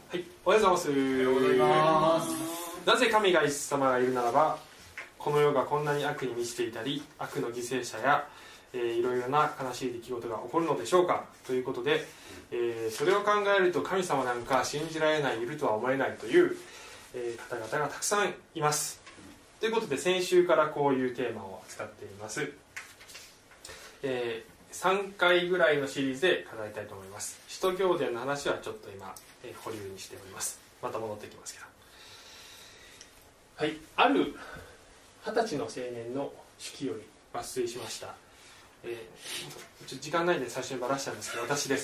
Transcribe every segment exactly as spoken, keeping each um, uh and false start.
はい、おはようございます。おはようございます。なぜ神がイエス様がいるならば、この世がこんなに悪に満ちていたり、悪の犠牲者や、えー、いろいろな悲しい出来事が起こるのでしょうかということで、えー、それを考えると神様なんか信じられない、いるとは思えないという、えー、方々がたくさんいます。ということで、先週からこういうテーマを扱っています。えーさんかいぐらいのシリーズで語りたいと思います。使徒行伝の話はちょっと今、えー、保留にしております。また戻ってきますけど、はい、ある二十歳の青年の手記より抜粋しました。えー、ちょ時間ないんで最初にばらしたんですけど、私です、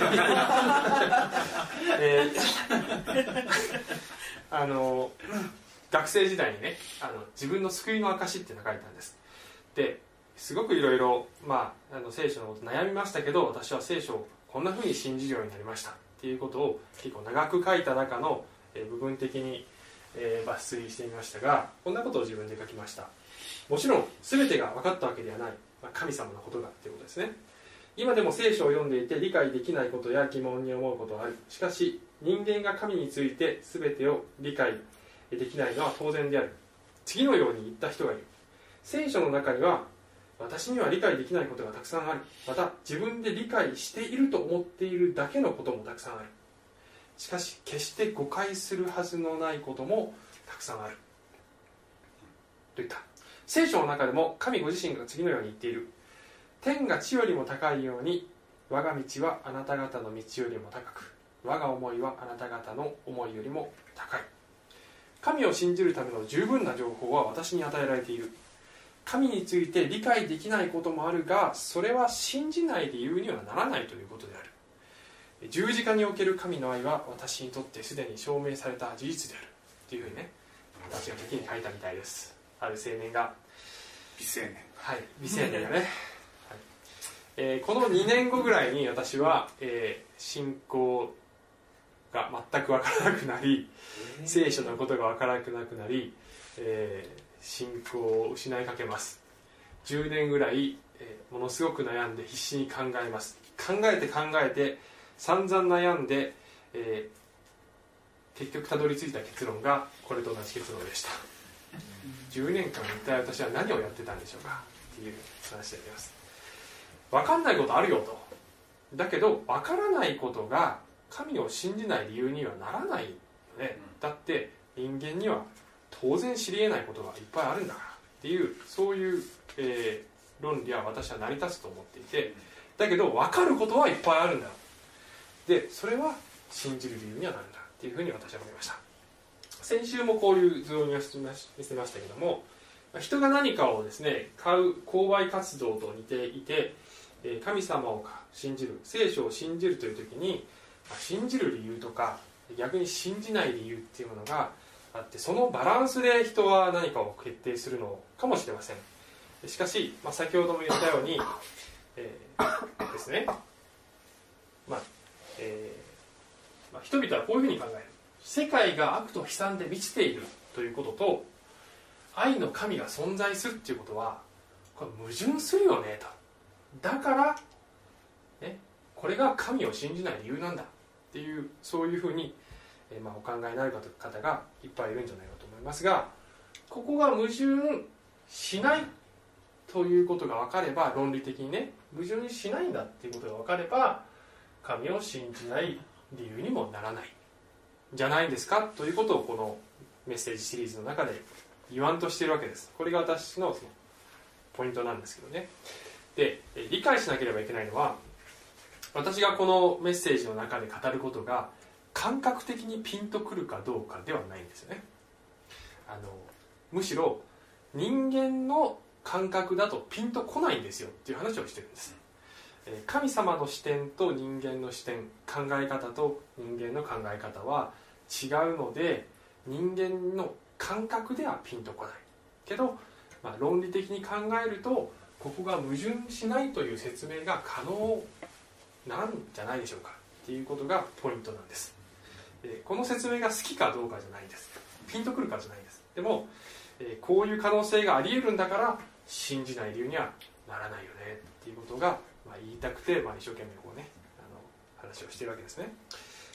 えー、あの学生時代にね、あの自分の救いの証っていうのを書いたんです。ですごくいろいろ聖書のこと悩みましたけど、私は聖書をこんなふうに信じるようになりましたっていうことを結構長く書いた中の、えー、部分的に、えー、抜粋してみましたが、こんなことを自分で書きました。もちろん全てが分かったわけではない、まあ、神様のことがっていうことですね。今でも聖書を読んでいて理解できないことや疑問に思うことはある。しかし人間が神について全てを理解できないのは当然である。次のように言った人がいる。聖書の中には私には理解できないことがたくさんある。また自分で理解していると思っているだけのこともたくさんある。しかし決して誤解するはずのないこともたくさんあるといった。聖書の中でも神ご自身が次のように言っている。天が地よりも高いように我が道はあなた方の道よりも高く、我が思いはあなた方の思いよりも高い。神を信じるための十分な情報は私に与えられている。神について理解できないこともあるが、それは信じない理由にはならないということである。十字架における神の愛は私にとってすでに証明された事実であるというふうにね、私が時に書いたみたいです。ある青年が、 美青年、 はい、美青年がね、はい、えー、このにねんごぐらいに私は、えー、信仰が全く分からなくなり、聖書のことが分からなくなり、えー信仰を失いかけます。じゅうねんぐらい、えー、ものすごく悩んで必死に考えます。考えて考えて散々悩んで、えー、結局たどり着いた結論がこれと同じ結論でした。じゅうねんかん一体私は何をやってたんでしょうかっていう話であります。分かんないことあるよと。だけど分からないことが神を信じない理由にはならないよね。だって人間には当然知り得ないことがいっぱいあるんだからっていう、そういう、えー、論理は私は成り立つと思っていて、だけど分かることはいっぱいあるんだ。でそれは信じる理由にはなるんだっていうふうに私は思いました。先週もこういう図を見せましたけども、人が何かをですね買う購買活動と似ていて、神様を信じる、聖書を信じるという時に信じる理由とか逆に信じない理由っていうものがあって、そのバランスで人は何かを決定するのかもしれません。しかし、まあ、先ほども言ったように、えー、ですね、まあえーまあ、人々はこういうふうに考える。世界が悪と悲惨で満ちているということと愛の神が存在するっていうことはこれ矛盾するよねと。だから、ね、これが神を信じない理由なんだっていう、そういうふうにえーまあ、お考えになる方がいっぱいいるんじゃないかと思いますが、ここが矛盾しないということが分かれば、論理的にね矛盾しないんだっていうことが分かれば、神を信じない理由にもならないじゃないですかということをこのメッセージシリーズの中で言わんとしているわけです。これが私のそのポイントなんですけどね。で理解しなければいけないのは、私がこのメッセージの中で語ることが感覚的にピンとくるかどうかではないんですよね。あのむしろ人間の感覚だとピンとこないんですよっていう話をしてるんです。神様の視点と人間の視点、考え方と人間の考え方は違うので、人間の感覚ではピンとこないけど、まあ、論理的に考えるとここが矛盾しないという説明が可能なんじゃないでしょうかっていうことがポイントなんです。この説明が好きかどうかじゃないです。ピンとくるかじゃないです。でもこういう可能性があり得るんだから信じない理由にはならないよねっていうことが、まあ、言いたくて、まあ、一生懸命こうねあの話をしているわけですね。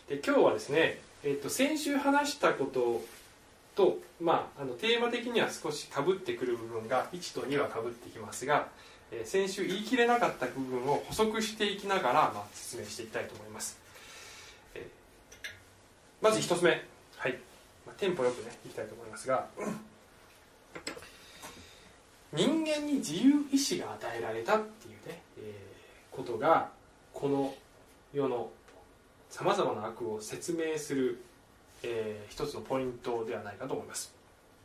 で今日はですね、えー、と先週話したことと、まあ、あのテーマ的には少しかぶってくる部分がいちとにはかぶってきますが、えー、先週言い切れなかった部分を補足していきながら、まあ、説明していきたいと思います。えー、まずひとつめ、はい、まあ、テンポよくねいきたいと思いますが、うん、人間に自由意志が与えられたっていうね、えー、ことがこの世のさまざまな悪を説明する、えー、一つのポイントではないかと思います。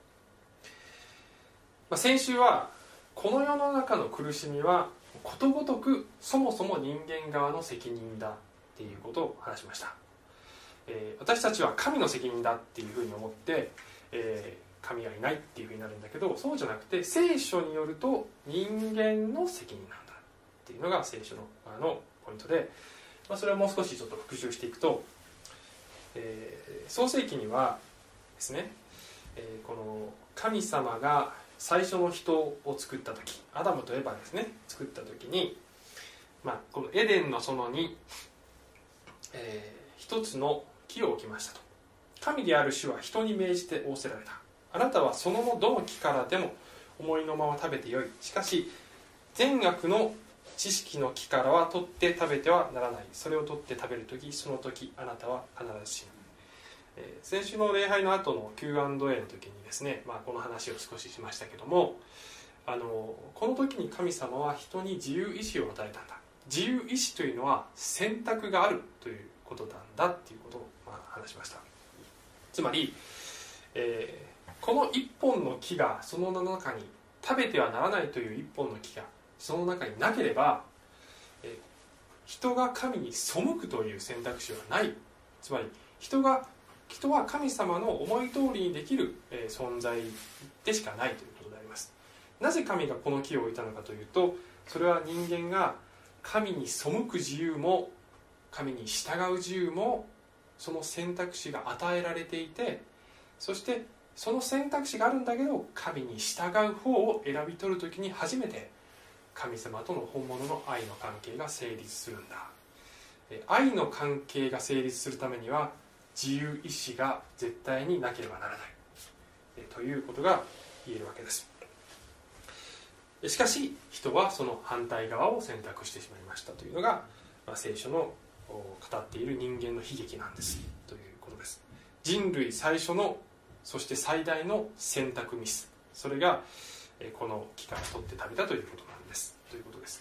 まあ、先週はこの世の中の苦しみはことごとくそもそも人間側の責任だっていうことを話しました。えー、私たちは神の責任だっていうふうに思って、えー、神がいないっていうふうになるんだけど、そうじゃなくて聖書によると人間の責任なんだっていうのが聖書のあのポイントで、まあ、それをもう少しちょっと復習していくと、えー、創世記にはですね、えー、この神様が最初の人を作った時、アダムとエバですね作った時に、まあ、このエデンの園に、えー、一つの木を置きましたと。神である主は人に命じて仰せられた。あなたはそのどの木からでも思いのまま食べてよい。しかし善悪の知識の木からは取って食べてはならない。それを取って食べるとき、その時あなたは必ず死ぬ。えー、先週の礼拝の後の キューアンドエー の時にですね、まあ、この話を少ししましたけども、あのこの時に神様は人に自由意志を与えたんだ。自由意志というのは選択があるということなんだっていうことを、まあ、話しました。つまり、えー、この一本の木がその中に食べてはならないという一本の木がその中になければ、えー、人が神に背くという選択肢はない。つまり人が人は神様の思い通りにできる、えー、存在でしかないということであります。なぜ神がこの木を置いたのかというと、それは人間が神に背く自由も神に従う自由もその選択肢が与えられていて、そしてその選択肢があるんだけど神に従う方を選び取るときに初めて神様との本物の愛の関係が成立するんだ。愛の関係が成立するためには自由意志が絶対になければならないということが言えるわけです。しかし人はその反対側を選択してしまいましたというのが、まあ、聖書の語っている人間の悲劇なんですということです。人類最初のそして最大の選択ミス、それがこの木から取って食べたということなんですということです。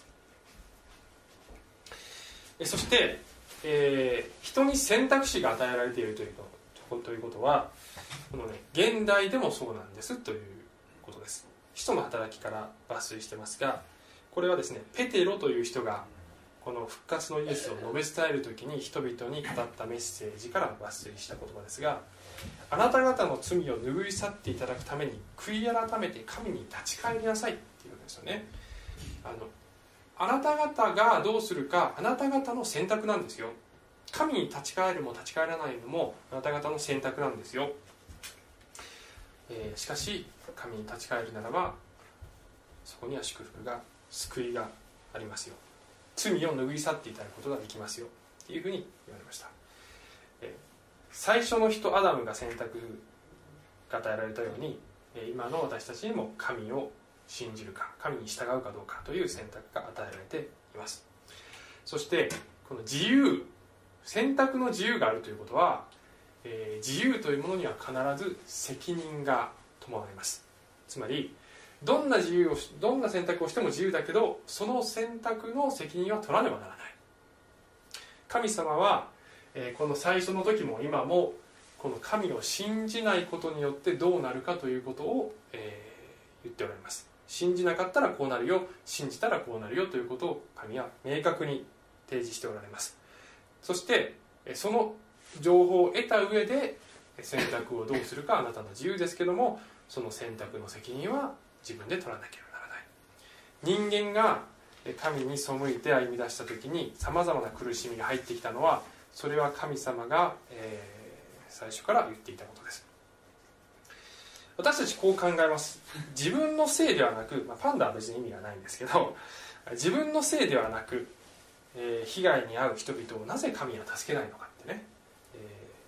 そして、えー、人に選択肢が与えられているということ、ということはこの、ね、現代でもそうなんですということです。使徒の働きから抜粋してますが、これはですねペテロという人がこの復活のイエスを述べ伝えるときに人々に語ったメッセージから抜粋した言葉ですが、あなた方の罪を拭い去っていただくために悔い改めて神に立ち返りなさいっていうことですよね。あのあなた方がどうするかあなた方の選択なんですよ。神に立ち返るも立ち返らないのもあなた方の選択なんですよ。えー、しかし神に立ち返るならばそこには祝福が救いがありますよ。罪を拭い去っていただくことができますよっていうふうに言われました。えー、最初の人アダムが選択が与えられたように、えー、今の私たちにも神を信じるか神に従うかどうかという選択が与えられています。そしてこの自由、選択の自由があるということは、えー、自由というものには必ず責任が伴います。つまりどんな自由をどんな選択をしても自由だけどその選択の責任は取らねばならない。神様は、えー、この最初の時も今もこの神を信じないことによってどうなるかということを、えー、言っておられます。信じなかったらこうなるよ、信じたらこうなるよということを神は明確に提示しておられます。そしてその情報を得た上で選択をどうするかあなたの自由ですけども、その選択の責任は自分で取らなければならない。人間が神に背いて歩み出した時にさまざまな苦しみが入ってきたのは、それは神様が、えー、最初から言っていたことです。私たちこう考えます。自分のせいではなく、まあ、パンダは別に意味がないんですけど、自分のせいではなく、えー、被害に遭う人々をなぜ神は助けないのかってね、え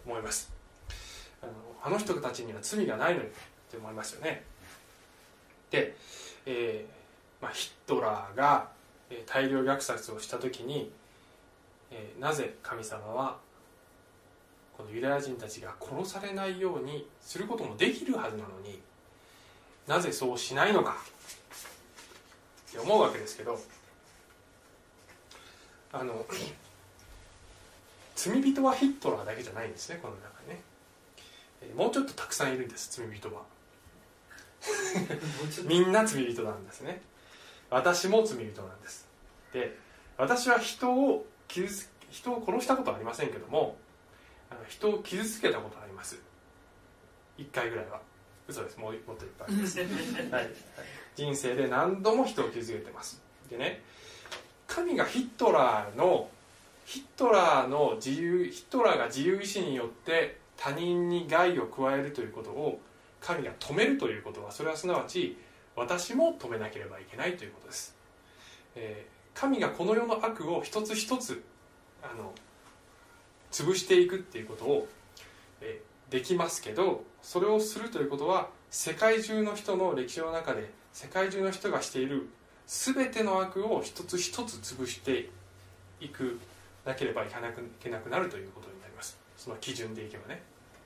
思います。あの、あの人たちには罪がないのにって思いますよね。で、えーまあ、ヒットラーが大量虐殺をした時に、えー、なぜ神様はこのユダヤ人たちが殺されないようにすることもできるはずなのに、なぜそうしないのかって思うわけですけど、あの罪人はヒットラーだけじゃないんですね、この中にね。もうちょっとたくさんいるんです、罪人は。みんな罪人なんですね。私も罪人なんです。で、私は人を傷つ人を殺したことはありませんけども、あの人を傷つけたことはあります。一回ぐらいは。嘘です、もうもっといっぱいあります、はい、人生で何度も人を傷つけてます。でね、神がヒットラーのヒットラーの自由ヒットラーが自由意志によって他人に害を加えるということを神が止めるということは、それはすなわち私も止めなければいけないということです。えー、神がこの世の悪を一つ一つあの潰していくっていうことを、えー、できますけど、それをするということは世界中の人の歴史の中で世界中の人がしている全ての悪を一つ一つ潰していくなければいけなく、いけなくなるということになります。その基準でいけばね。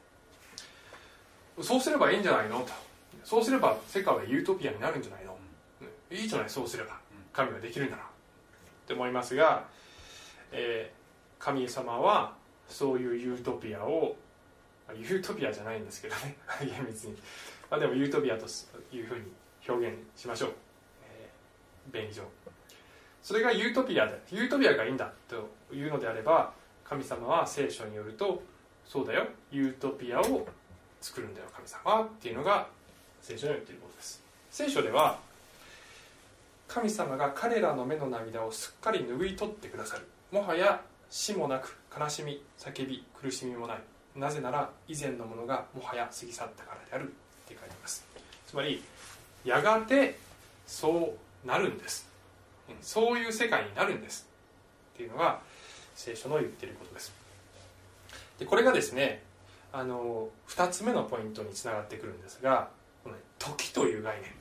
そうすればいいんじゃないのと、そうすれば世界はユートピアになるんじゃないの、いいじゃない、そうすれば神ができるならって思いますが、えー、神様はそういうユートピアを、ユートピアじゃないんですけどね厳密に、まあ、でもユートピアというふうに表現しましょう、えー、便宜上。それがユートピアで、ユートピアがいいんだというのであれば、神様は聖書によると、そうだよ、ユートピアを作るんだよ神様はっていうのが聖書に言っていることです。聖書では神様が彼らの目の涙をすっかり拭い取ってくださる、もはや死もなく悲しみ叫び苦しみもない、なぜなら以前のものがもはや過ぎ去ったからであるって書いています。つまりやがてそうなるんです、そういう世界になるんですっていうのが聖書の言っていることです。でこれがですね、あのふたつめのポイントにつながってくるんですが、この時という概念、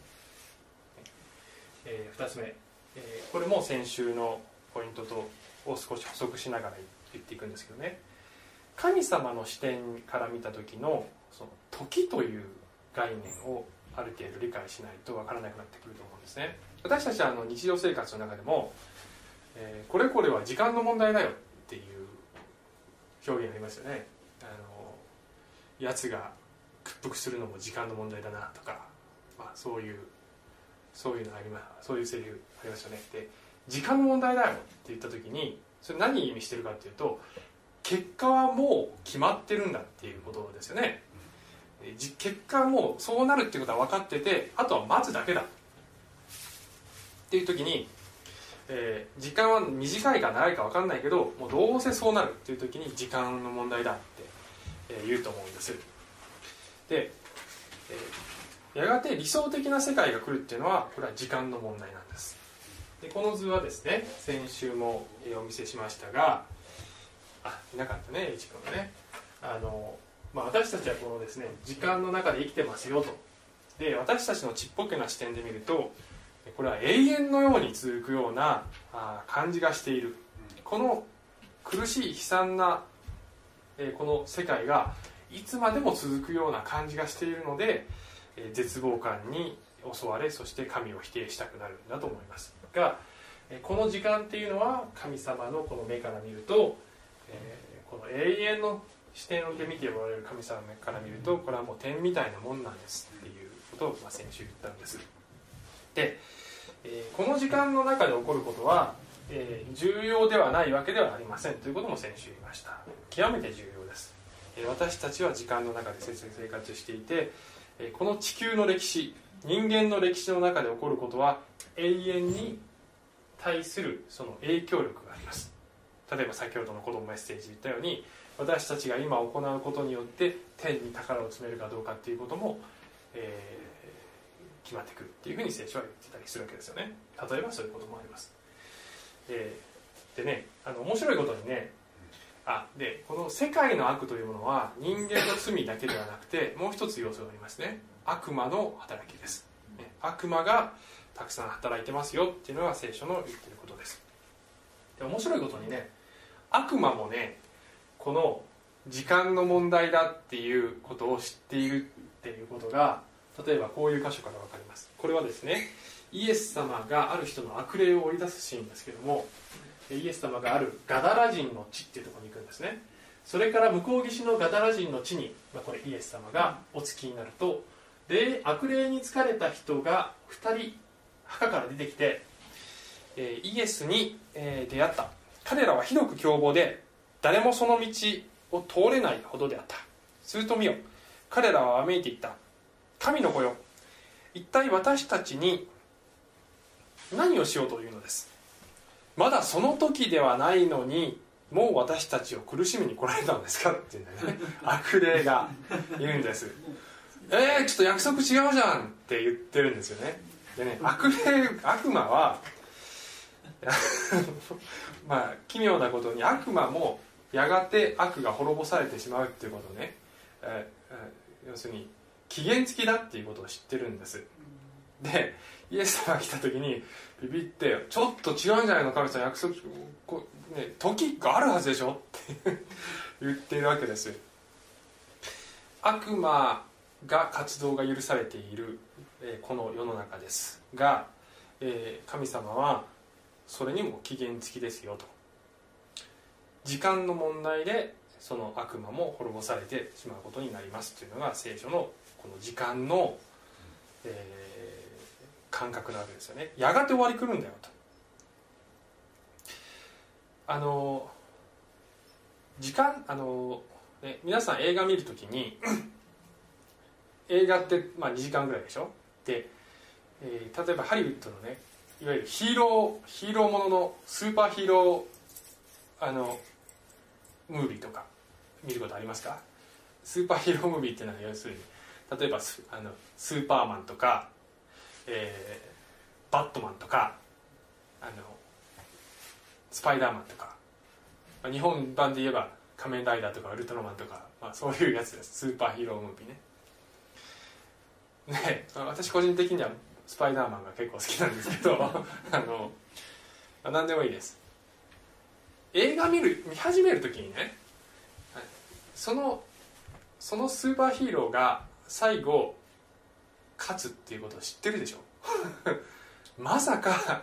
えー、ふたつめ、えー、これも先週のポイントとを少し補足しながら言っていくんですけどね、神様の視点から見た時のその時という概念をある程度理解しないと分からなくなってくると思うんですね。私たちはあの日常生活の中でも、えー、これこれは時間の問題だよっていう表現ありますよね。あのやつが屈服するのも時間の問題だなとか、まあ、そういうそういうのあります、そういうセリフありますよね。で、時間の問題だよって言った時にそれ何意味してるかっていうと、結果はもう決まってるんだっていうことですよね。結果はもうそうなるってことは分かってて、あとは待つだけだっていう時に、えー、時間は短いか長いか分かんないけど、もうどうせそうなるっていう時に時間の問題だって、えー、言うと思うんです。で、えー、やがて理想的な世界が来るっていうのはこれは時間の問題なんです。でこの図はですね、先週もお見せしましたが、あ、いなかったね、一君がね、あの、まあ、私たちはこのですね、時間の中で生きてますよと。で、私たちのちっぽけな視点で見ると、これは永遠のように続くようなあ感じがしている。この苦しい悲惨な、えー、この世界がいつまでも続くような感じがしているので、えー、絶望感に襲われ、そして神を否定したくなるんだと思いますが、えー、この時間っていうのは神様のこの目から見ると、えー、この永遠の視点で見ておられる神様から見ると、これはもう点みたいなもんなんですっていうことを、まあ、先週言ったんです。で、えー、この時間の中で起こることは、えー、重要ではないわけではありませんということも先週言いました。極めて重要です。えー、私たちは時間の中で生活していて、えー、この地球の歴史、人間の歴史の中で起こることは永遠に対するその影響力があります。例えば先ほどの子どもメッセージ言ったように、私たちが今行うことによって天に宝を詰めるかどうかっていうことも、えー、決まってくるっていうふうに聖書は言ってたりするわけですよね。例えばそういうこともあります。えー、でね、あの面白いことにね、 あでこの世界の悪というものは人間の罪だけではなくてもう一つ要素がありますね。悪魔の働きです、ね、悪魔がたくさん働いてますよっていうのが聖書の言っていることです。で面白いことにね、悪魔もねこの時間の問題だっていうことを知っているっていうことが例えばこういう箇所から分かります。これはですね、イエス様がある人の悪霊を追い出すシーンですけども、イエス様があるガダラ人の地っていうところに行くんですね。それから向こう岸のガダラ人の地に、まあ、これイエス様がお着きになると、で悪霊に疲れた人がふたり墓から出てきて、えー、イエスに、えー、出会った。彼らはひどく凶暴で誰もその道を通れないほどであった。すると見よ、彼らはわめいていった。神の子よ、一体私たちに何をしようというのです。まだその時ではないのにもう私たちを苦しみに来られたんですかっていうんだよね悪霊が言うんです。えー、ちょっと約束違うじゃんって言ってるんですよね。でね、悪霊悪魔はまあ奇妙なことに悪魔もやがて悪が滅ぼされてしまうっていうことね、えーえー、要するに期限付きだっていうことを知ってるんです。でイエス様が来た時にビビってちょっと違うんじゃないの神様、約束こ、ね、時があるはずでしょって言っているわけです。悪魔が活動が許されている、えー、この世の中ですが、えー、神様はそれにも期限付きですよと。時間の問題でその悪魔も滅ぼされてしまうことになりますというのが聖書のこの時間の、えー、感覚なわけですよね。やがて終わり来るんだよと。あの時間あの、ね、皆さん映画見るときに映画って、まあ、にじかんぐらいでしょ。で、えー、例えばハリウッドのねいわゆるヒーローヒーローもののスーパーヒーローあのムービーとか見ることありますか？スーパーヒーロームービーっていうのは要するに例えばスあのスーパーマンとか、えー、バットマンとかあのスパイダーマンとか、まあ、日本版で言えば仮面ライダーとかウルトラマンとか、まあ、そういうやつです。スーパーヒーロームービーね。ね、私個人的にはスパイダーマンが結構好きなんですけどあの何でもいいです。映画見る見始めるときにね、そのそのスーパーヒーローが最後勝つっていうことを知ってるでしょまさか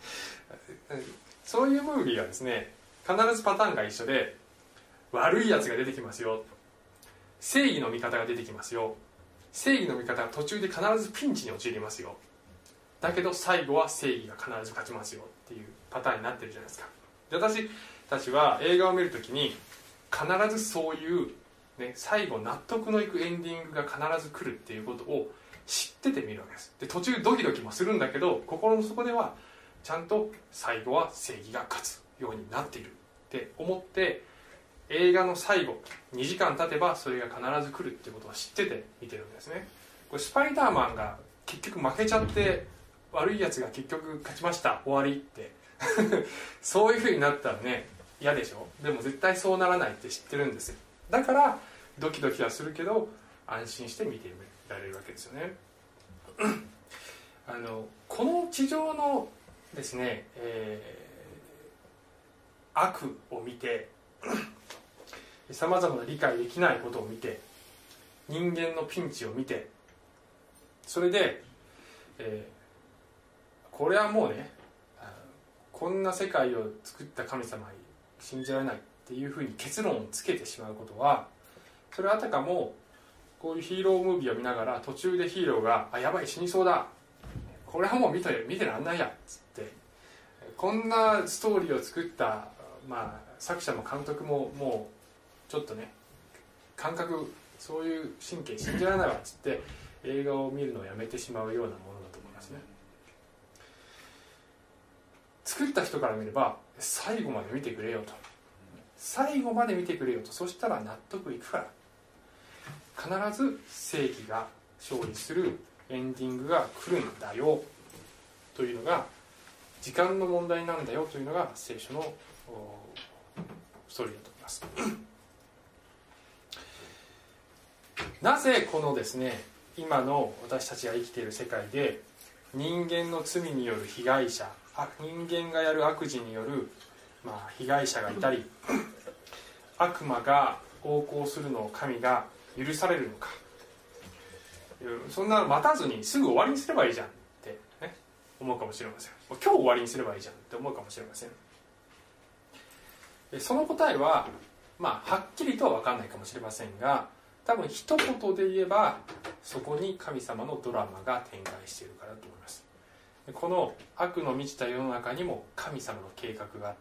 そういうムービーはですね必ずパターンが一緒で、悪いやつが出てきますよ、正義の味方が出てきますよ、正義の味方が途中で必ずピンチに陥りますよ、だけど最後は正義が必ず勝ちますよっていうパターンになってるじゃないですか。で私たちは映画を見るときに必ずそういう、ね、最後納得のいくエンディングが必ず来るっていうことを知ってて見るわけです。で途中ドキドキもするんだけど心の底ではちゃんと最後は正義が勝つようになっているって思って映画の最後にじかん経てばそれが必ず来るっていうことを知ってて見てるわけですね。これスパイダーマンが結局負けちゃって悪いやつが結局勝ちました終わりってそういう風になったらね嫌でしょ。でも絶対そうならないって知ってるんですよ。だからドキドキはするけど安心して見てられるわけですよねあのこの地上のですね、えー、悪を見てさまざまな理解できないことを見て人間のピンチを見てそれで、えー、これはもうねこんな世界を作った神様に信じられないっていうふうに結論をつけてしまうことはそれはあたかもこういうヒーロームービーを見ながら途中でヒーローがあやばい死にそうだこれはもう見て見てらんないやっつってこんなストーリーを作った、まあ、作者も監督ももうちょっとね感覚そういう神経信じられないわっつって映画を見るのをやめてしまうようなものだと思いますね。作った人から見れば最後まで見てくれよと最後まで見てくれよとそしたら納得いくから必ず正義が勝利するエンディングが来るんだよというのが時間の問題なんだよというのが聖書のストーリーだと思いますなぜこのですね今の私たちが生きている世界で人間の罪による被害者、人間がやる悪事による、まあ、被害者がいたり悪魔が横行するのを神が許されるのか、そんな待たずにすぐ終わりにすればいいじゃんって、ね、思うかもしれません。今日終わりにすればいいじゃんって思うかもしれません。その答えは、まあ、はっきりとは分かんないかもしれませんが、多分一言で言えばそこに神様のドラマが展開しているからだと思います。この悪の満ちた世の中にも神様の計画があって、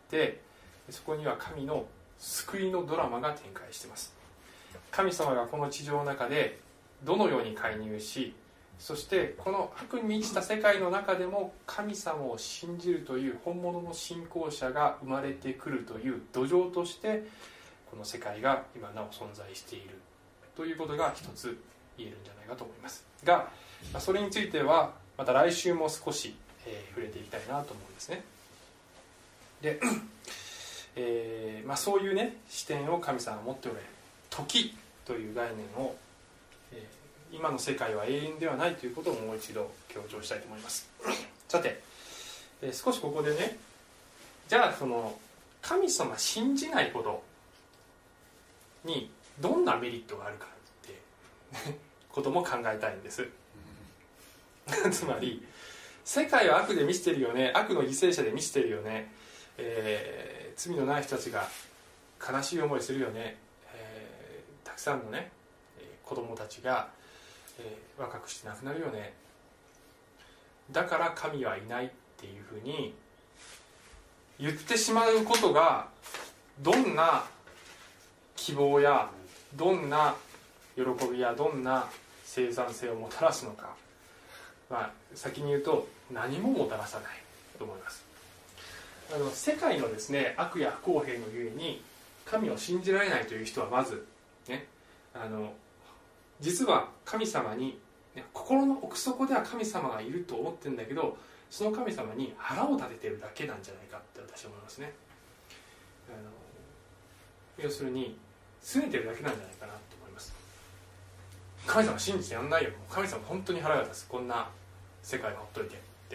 そこには神の救いのドラマが展開しています。神様がこの地上の中でどのように介入し、そしてこの悪に満ちた世界の中でも神様を信じるという本物の信仰者が生まれてくるという土壌としてこの世界が今なお存在しているということが一つ言えるんじゃないかと思いますが、それについてはまた来週も少し、えー、触れていきたいなと思うんですね。で、えーまあ、そういうね視点を神様が持っておられる。時という概念を、えー、今の世界は永遠ではないということをもう一度強調したいと思います。さて、えー、少しここでね、じゃあその神様信じないことにどんなメリットがあるかってことも考えたいんですつまり世界は悪で満ちてるよね、悪の犠牲者で満ちてるよね、えー、罪のない人たちが悲しい思いするよね、えー、たくさんのね子供たちが、えー、若くして亡くなるよね、だから神はいないっていうふうに言ってしまうことがどんな希望やどんな喜びやどんな生産性をもたらすのか、まあ、先に言うと何ももたらさないと思います。あの世界のですね悪や不公平のゆえに神を信じられないという人はまずね、あの実は神様に、ね、心の奥底では神様がいると思ってるんだけど、その神様に腹を立ててるだけなんじゃないかって私は思いますね。あの要するに拗ねてるだけなんじゃないかなと思います。神様信じてやんないよ、神様本当に腹が立つ、こんな世界をほっといてって。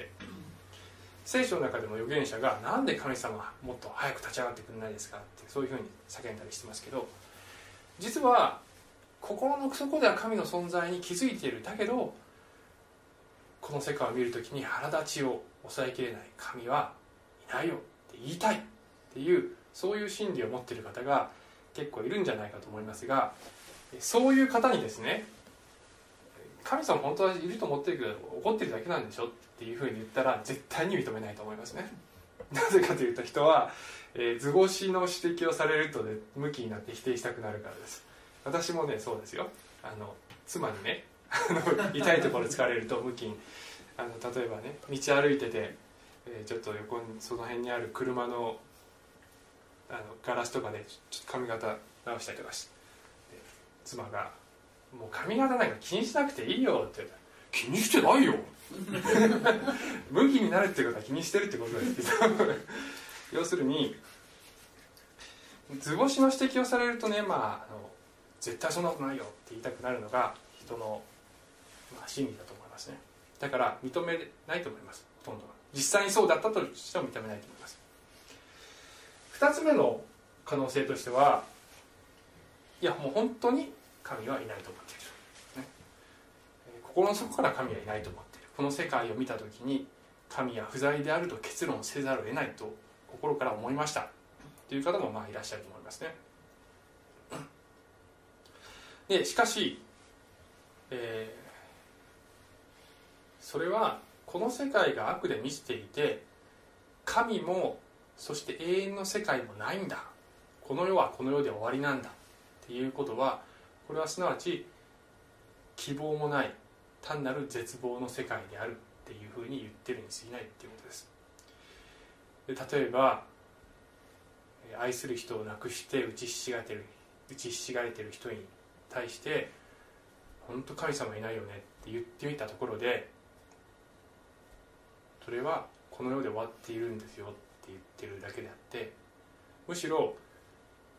聖書の中でも預言者がなんで神様はもっと早く立ち上がってくれないですかってそういうふうに叫んだりしてますけど、実は心の奥底では神の存在に気づいている。だけどこの世界を見るときに腹立ちを抑えきれない、神はいないよって言いたいっていうそういう心理を持っている方が結構いるんじゃないかと思いますが、そういう方にですね、神様本当はいると思ってるけど怒ってるだけなんでしょっていうふうに言ったら絶対に認めないと思いますね。なぜかというと人は、えー、図星の指摘をされると、ね、ムキになって否定したくなるからです。私もねそうですよ。あの妻にね痛いところ疲れるとムキにあの例えばね道歩いてて、えー、ちょっと横にその辺にある車のあのガラスとかでちょっと髪型直したりとかして、妻がもう髪型なんか気にしなくていいよって言ったら、気にしてないよ向きになるってことは気にしてるってことですけど要するに図星の指摘をされるとね、まあ、あの絶対そんなことないよって言いたくなるのが人の、まあ、心理だと思いますね。だから認めないと思います。ほとんどは実際にそうだったとしても認めないと思います。ふたつめの可能性としては、いやもう本当に神はいないと思っている、ね、心の底から神はいないと思っている。この世界を見たときに神は不在であると結論せざるを得ないと心から思いましたという方もまあいらっしゃると思いますね。でしかし、えー、それはこの世界が悪で満ちていて神もそして永遠の世界もないんだ、この世はこの世で終わりなんだっていうことは、これはすなわち希望もない単なる絶望の世界であるっていうふうに言ってるに過ぎないっていうことです。で例えば愛する人を亡くして打ちひしがれてる打ちひしがれてる人に対して本当神様いないよねって言ってみたところで、それはこの世で終わっているんですよって言ってるだけであって、むしろ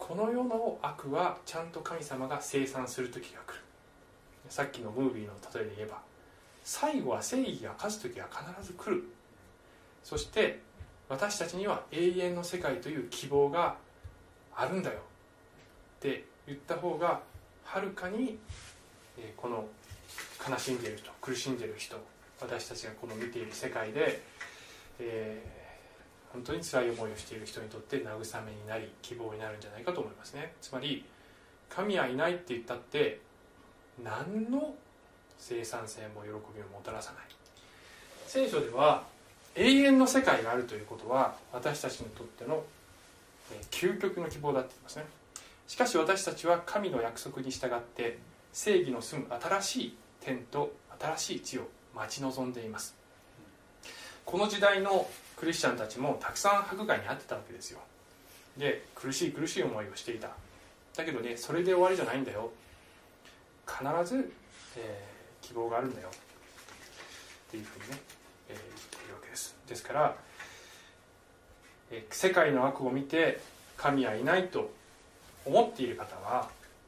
この世の悪はちゃんと神様が清算する時が来る。さっきのムービーの例えで言えば、最後は正義が勝つ時が必ず来る。そして私たちには永遠の世界という希望があるんだよって言った方がはるかにこの悲しんでいる人、苦しんでいる人、私たちがこの見ている世界で、えー、本当に辛い思いをしている人にとって慰めになり希望になるんじゃないかと思いますね。つまり神はいないって言ったって何の生産性も喜びをもたらさない。聖書では永遠の世界があるということは私たちにとっての究極の希望だって言いますね。しかし私たちは神の約束に従って正義の住む新しい天と新しい地を待ち望んでいます。この時代のクリスチャンたちもたくさん迫害に遭ってたわけですよ。で苦しい苦しい思いをしていた。だけどね、それで終わりじゃないんだよ。必ず、えー、希望があるんだよっていうふうにね、えー、言っているわけです。ですから、えー、世界の悪を見て神はいないと思っている方は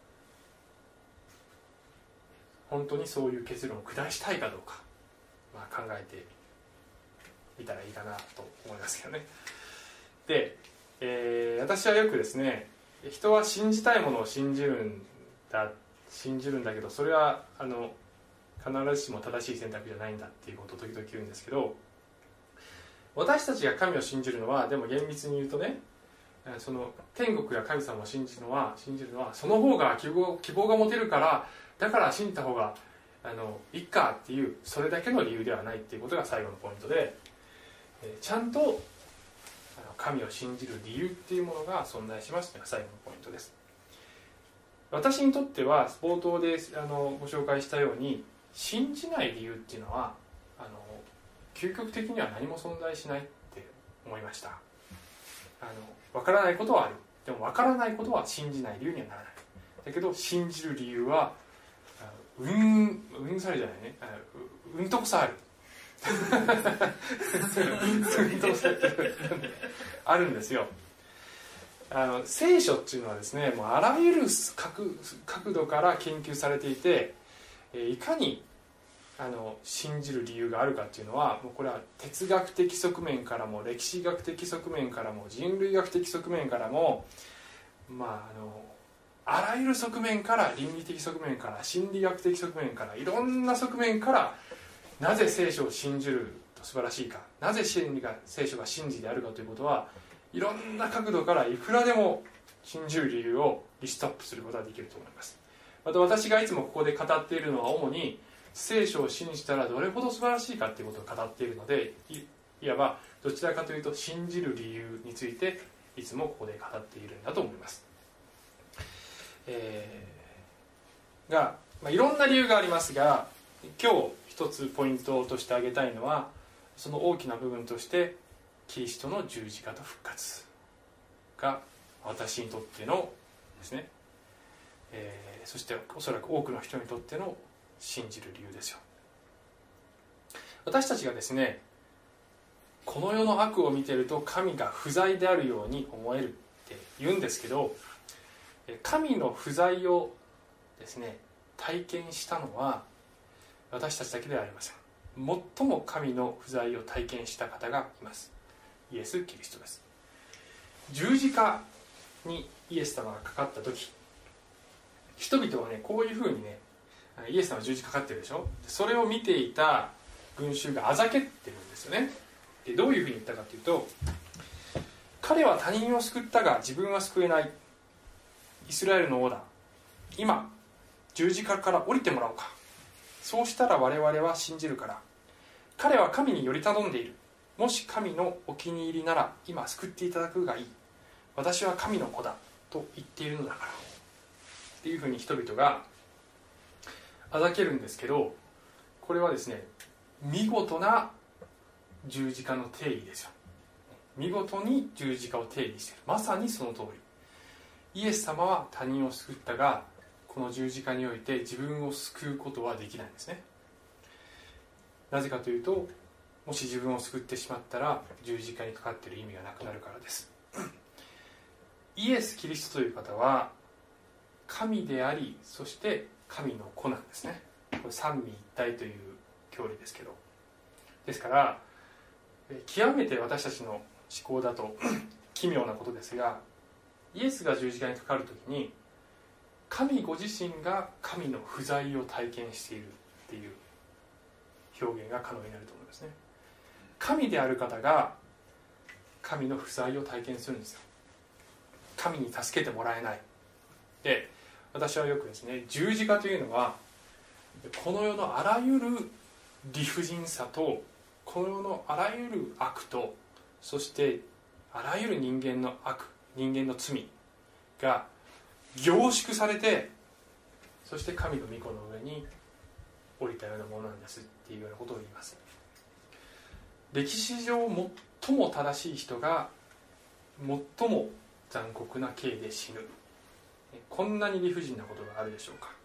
本当にそういう結論を下したいかどうか、まあ、考えてみたらいいかなと思いますけどね。で、えー、私はよくですね、人は信じたいものを信じるんだ信じるんだけどそれはあの必ずしも正しい選択じゃないんだっていうことを時々言うんですけど、私たちが神を信じるのはでも厳密に言うとね、その天国や神様を信じるのは信じるのはその方が希望、希望が持てるからだから信じた方があのいっかっていうそれだけの理由ではないっていうことが最後のポイントで、ちゃんと神を信じる理由っていうものが存在しますというのが最後のポイントです。私にとっては冒頭であのご紹介したように信じない理由っていうのはあの究極的には何も存在しないって思いました。あの分からないことはある。でも分からないことは信じない理由にはならない。だけど信じる理由はうんうんされじゃないねうんとこさあるうんとこさあるんですよ。あの聖書っていうのはですね、もうあらゆる 角, 角度から研究されていて、いかにあの信じる理由があるかっていうのはもうこれは哲学的側面からも歴史学的側面からも人類学的側面からも、まあ、あのあらゆる側面から倫理的側面から心理学的側面からいろんな側面からなぜ聖書を信じると素晴らしいか、なぜ真理が聖書が真理であるかということはいろんな角度からいくらでも信じる理由をリストアップすることができると思います。また私がいつもここで語っているのは主に聖書を信じたらどれほど素晴らしいかということを語っているので、 い, いわばどちらかというと信じる理由についていつもここで語っているんだと思います。えー、が、まあ、いろんな理由がありますが今日一つポイントとして挙げたいのはその大きな部分としてキリストの十字架と復活が私にとってのですね、えー、そしておそらく多くの人にとっての信じる理由ですよ。私たちがですねこの世の悪を見ていると神が不在であるように思えるって言うんですけど、神の不在をですね体験したのは私たちだけではありません。最も神の不在を体験した方がいます。イエス・キリストです。十字架にイエス様がかかった時、人々はねこういうふうにね、イエス様は十字架かかってるでしょ。それを見ていた群衆があざけってるんですよね。でどういうふうに言ったかというと、彼は他人を救ったが自分は救えない、イスラエルの王だ、今十字架から降りてもらおうか、そうしたら我々は信じるから、彼は神により頼んでいる、もし神のお気に入りなら今救っていただくがいい、私は神の子だと言っているのだからっていうふうに人々があざけるんですけど、これはですね見事な十字架の定義ですよ。見事に十字架を定義している。まさにその通り、イエス様は他人を救ったがこの十字架において自分を救うことはできないんですね。なぜかというと、もし自分を救ってしまったら十字架にかかっている意味がなくなるからです。 イエス・キリストという方は神であり、そして神の子なんですね。これ三位一体という教理ですけど、ですから極めて私たちの思考だと奇妙なことですが、イエスが十字架にかかるときに神ご自身が神の不在を体験しているっていう表現が可能になると思いますね。神である方が神の不在を体験するんですよ。神に助けてもらえない。で、私はよくですね、十字架というのはこの世のあらゆる理不尽さと、この世のあらゆる悪と、そしてあらゆる人間の悪、人間の罪が凝縮されて、そして神の御子の上に降りたようなものなんですっていうようなことを言います。歴史上最も正しい人が最も残酷な刑で死ぬ、こんなに理不尽なことがあるでしょうか。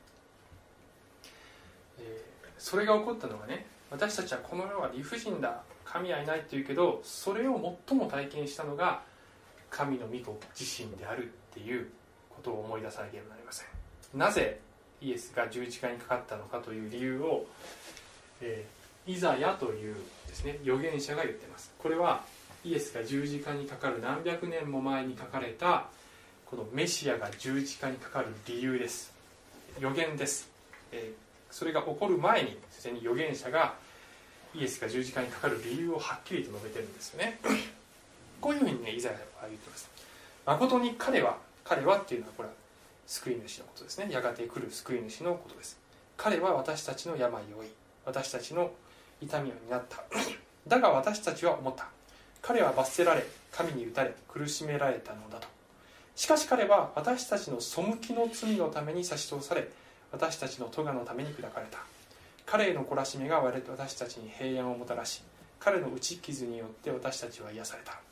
えー、それが起こったのはね、私たちはこの世は理不尽だ、神はいないって言うけど、それを最も体験したのが神の御子自身であるっていうことを思い出さなければなりません。なぜイエスが十字架にかかったのかという理由を、えー、イザヤというですね、預言者が言っています。これはイエスが十字架にかかる何百年も前に書かれたこのメシアが十字架にかかる理由です。預言です。えーそれが起こる前にすでに預言者がイエスが十字架にかかる理由をはっきりと述べてるんですよね。こういうふうにね、イザヤは言ってます。誠に彼は、彼はっていうのはこれは救い主のことですね。やがて来る救い主のことです。彼は私たちの病を負い、私たちの痛みを担った。だが私たちは思った。彼は罰せられ、神に打たれ、苦しめられたのだと。しかし彼は私たちの背きの罪のために差し通され、私たちの咎のために砕かれた。彼への懲らしめが私たちに平安をもたらし、彼の打ち傷によって私たちは癒された。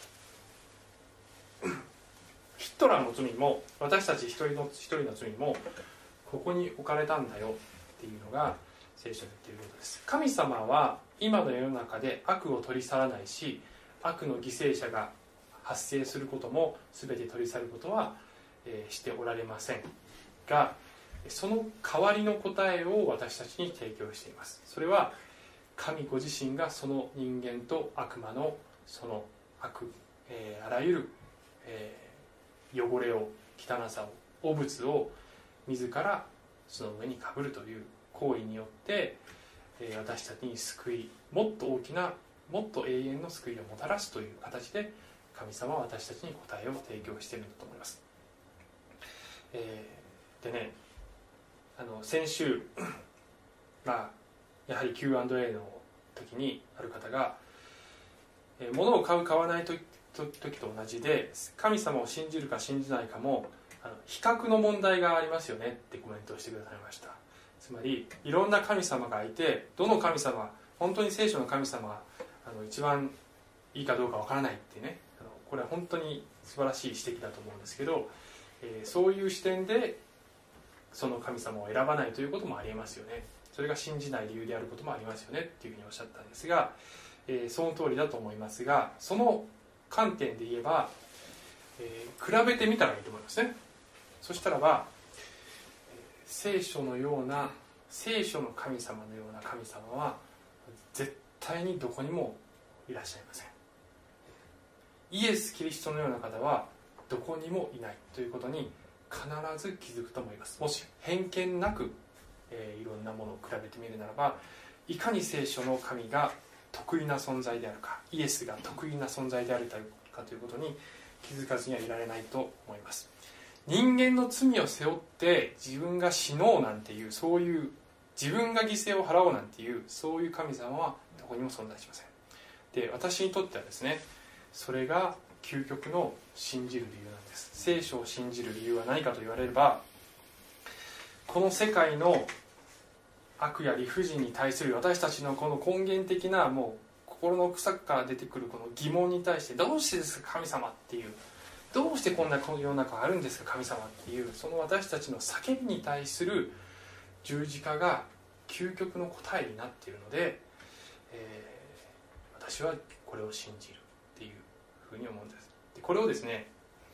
ヒットラーの罪も私たち一人の一人の罪もここに置かれたんだよっていうのが聖書で言っていることです。神様は今の世の中で悪を取り去らないし、悪の犠牲者が発生することも全て取り去ることは、えー、しておられませんが、その代わりの答えを私たちに提供しています。それは神ご自身がその人間と悪魔のその悪、えー、あらゆる、えー、汚れを、汚さを、汚物を自らその上にかぶるという行為によって、えー、私たちに救い、もっと大きな、もっと永遠の救いをもたらすという形で神様は私たちに答えを提供しているんだと思います。えー、でね、あの先週、まあ、やはり キューアンドエー の時にある方が、えー、物を買う買わない時 と, 時と同じで、神様を信じるか信じないかもあの比較の問題がありますよねってコメントをしてくださいました。つまりいろんな神様がいて、どの神様、本当に聖書の神様があの一番いいかどうかわからないってね、あのこれは本当に素晴らしい指摘だと思うんですけど、えー、そういう視点でその神様を選ばないということもありえますよね。それが信じない理由であることもありますよねっていうふうにおっしゃったんですが、えー、その通りだと思いますが、その観点で言えば、えー、比べてみたらいいと思いますね。そしたらば、えー、聖書のような聖書の神様のような神様は絶対にどこにもいらっしゃいません。イエス・キリストのような方はどこにもいないということに必ず気づくと思います。もし偏見なく、えー、いろんなものを比べてみるならば、いかに聖書の神が得意な存在であるか、イエスが得意な存在であるかということに気づかずにはいられないと思います。人間の罪を背負って自分が死のうなんていう、そういう自分が犠牲を払おうなんていう、そういう神様はどこにも存在しません。で、私にとってはですね、それが究極の信じる理由なんです。聖書を信じる理由は何かと言われれば、この世界の悪や理不尽に対する私たちのこの根源的なもう心の草から出てくるこの疑問に対して、どうしてですか神様っていう、どうしてこんな世の中あるんですか神様っていう、その私たちの叫びに対する十字架が究極の答えになっているので、えー、私はこれを信じるっていうふうに思うんです。でこれをですね、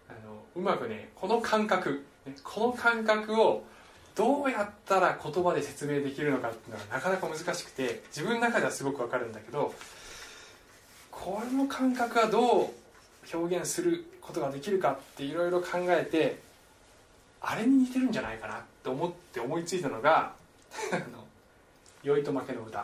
あのうまくねこの感覚この感覚をどうやったら言葉で説明できるのかっていうのはなかなか難しくて、自分の中ではすごくわかるんだけど、この感覚はどう表現することができるかっていろいろ考えて、あれに似てるんじゃないかなと思って思いついたのが酔いと負けの歌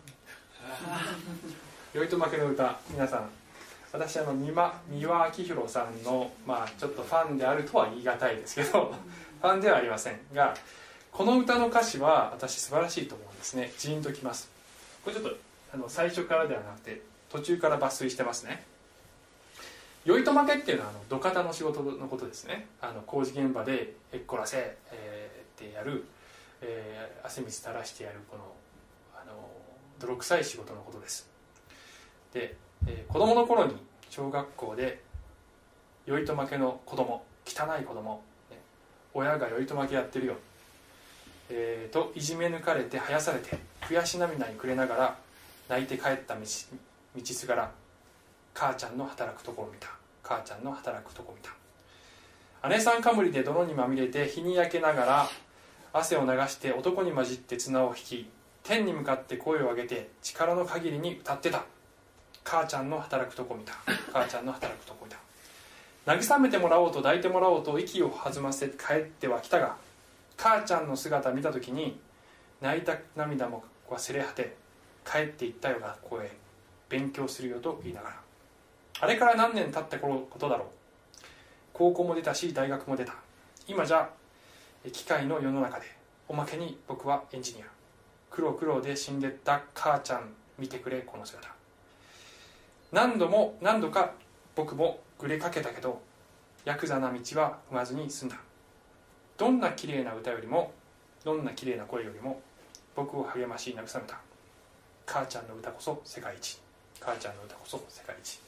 酔いと負けの歌。皆さん、私あの三輪明宏さんの、まあ、ちょっとファンであるとは言い難いですけどファンではありませんが、この歌の歌詞は私素晴らしいと思うんですね。ジーンときます。これちょっとあの最初からではなくて途中から抜粋してますね。酔いと負けっていうのはあの土方の仕事のことですね。あの工事現場でえっこらせ、えー、ってやる、えー、汗水垂らしてやるこの、あの泥臭い仕事のことです。で、えー、子供の頃に小学校で酔いと負けの子供、汚い子供、ね、親が酔いと負けやってるよ、えー、といじめ抜かれて生やされて悔し涙に暮れながら泣いて帰った道道すがら、母ちゃんの働くところを見た。母ちゃんの働くところを見た。姉さんかむりで泥にまみれて日に焼けながら汗を流して男に混じって綱を引き、天に向かって声を上げて力の限りに歌ってた。母ちゃんの働くとこを見た。母ちゃんの働くとこを見た。慰めてもらおうと抱いてもらおうと息を弾ませ帰ってはきたが、母ちゃんの姿見た時に泣いた涙も忘れ果て帰っていったよ学校へ勉強するよと言いながら。あれから何年経ったことだろう。高校も出たし大学も出た。今じゃ機械の世の中で、おまけに僕はエンジニア。苦労苦労で死んでった母ちゃん見てくれこの姿。何度も何度か僕もぐれかけたけど、ヤクザな道は踏まずに済んだ。どんな綺麗な歌よりも、どんな綺麗な声よりも僕を励まし慰めた。母ちゃんの歌こそ世界一。母ちゃんの歌こそ世界一。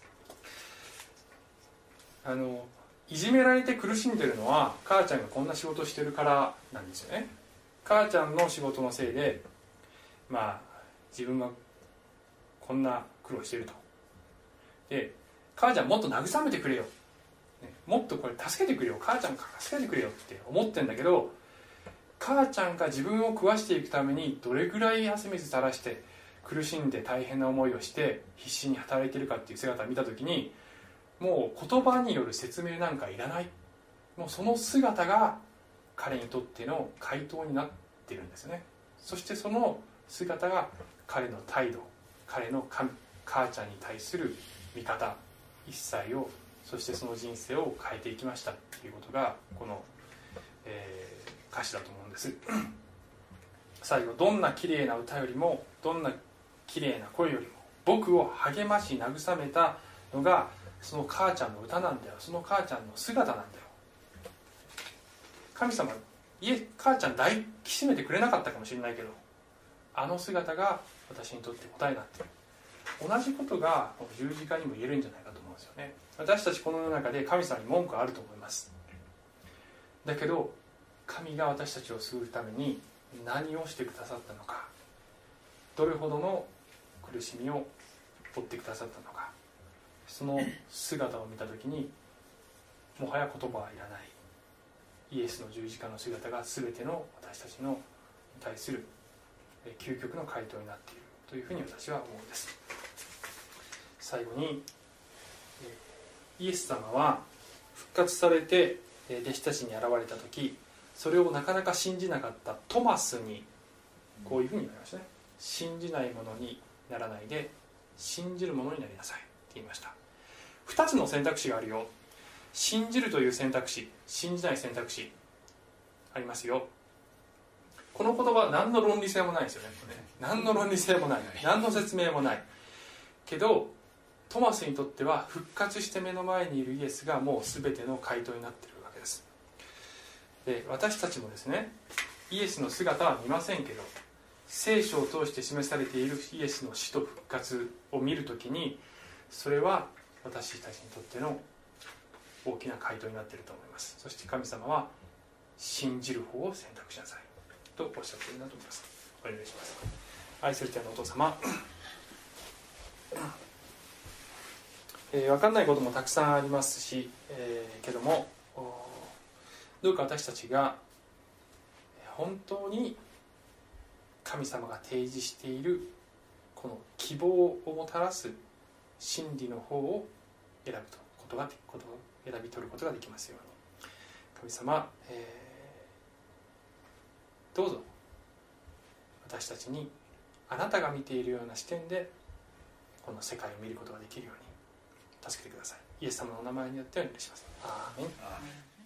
あのいじめられて苦しんでるのは母ちゃんがこんな仕事してるからなんですよね。母ちゃんの仕事のせいで、まあ自分はこんな苦労してると。で、母ちゃんもっと慰めてくれよ、ね、もっとこれ助けてくれよ、母ちゃんから助けてくれよって思ってんだけど、母ちゃんが自分を食わしていくためにどれぐらい汗水垂らして苦しんで大変な思いをして必死に働いてるかっていう姿を見た時に、もう言葉による説明なんかいらない。もうその姿が彼にとっての回答になってるんですよね。そしてその姿が彼の態度、彼の神、母ちゃんに対する見方一切を、そしてその人生を変えていきましたっていうことがこの、えー、歌詞だと思うんです最後、どんな綺麗な歌よりも、どんな綺麗な声よりも僕を励まし慰めたのがその母ちゃんの歌なんだよ。その母ちゃんの姿なんだよ。神様、いえ、母ちゃん抱きしめてくれなかったかもしれないけど、あの姿が私にとって答えになっている。同じことがこの十字架にも言えるんじゃないかと思うんですよね。私たちこの世の中で神様に文句あると思います。だけど神が私たちを救うために何をしてくださったのか、どれほどの苦しみを負ってくださったのか、その姿を見たときにもはや言葉はいらない、イエスの十字架の姿が全ての私たちのに対する究極の回答になっているというふうに私は思うんです。最後に、イエス様は復活されて弟子たちに現れた時、それをなかなか信じなかったトマスにこういうふうに言われましたね。信じないものにならないで信じるものになりなさいって言いました。ふたつの選択肢があるよ。信じるという選択肢、信じない選択肢ありますよ。この言葉何の論理性もないですよね。何の論理性もない、何の説明もないけど、トマスにとっては復活して目の前にいるイエスがもう全ての回答になっているわけです。で、私たちもですね、イエスの姿は見ませんけど、聖書を通して示されているイエスの死と復活を見るときに、それは私たちにとっての大きな回答になっていると思います。そして神様は信じる方を選択しなさいとおっしゃっているなと思います。お願いします。愛する天のお父様、 えー、分かんないこともたくさんありますし、えー、けどもどうか私たちが本当に神様が提示しているこの希望をもたらす真理の方を選ぶことがことを選び取ることができますように。神様、えー、どうぞ私たちにあなたが見ているような視点でこの世界を見ることができるように助けてください。イエス様のお名前によってお願いします。アーメン。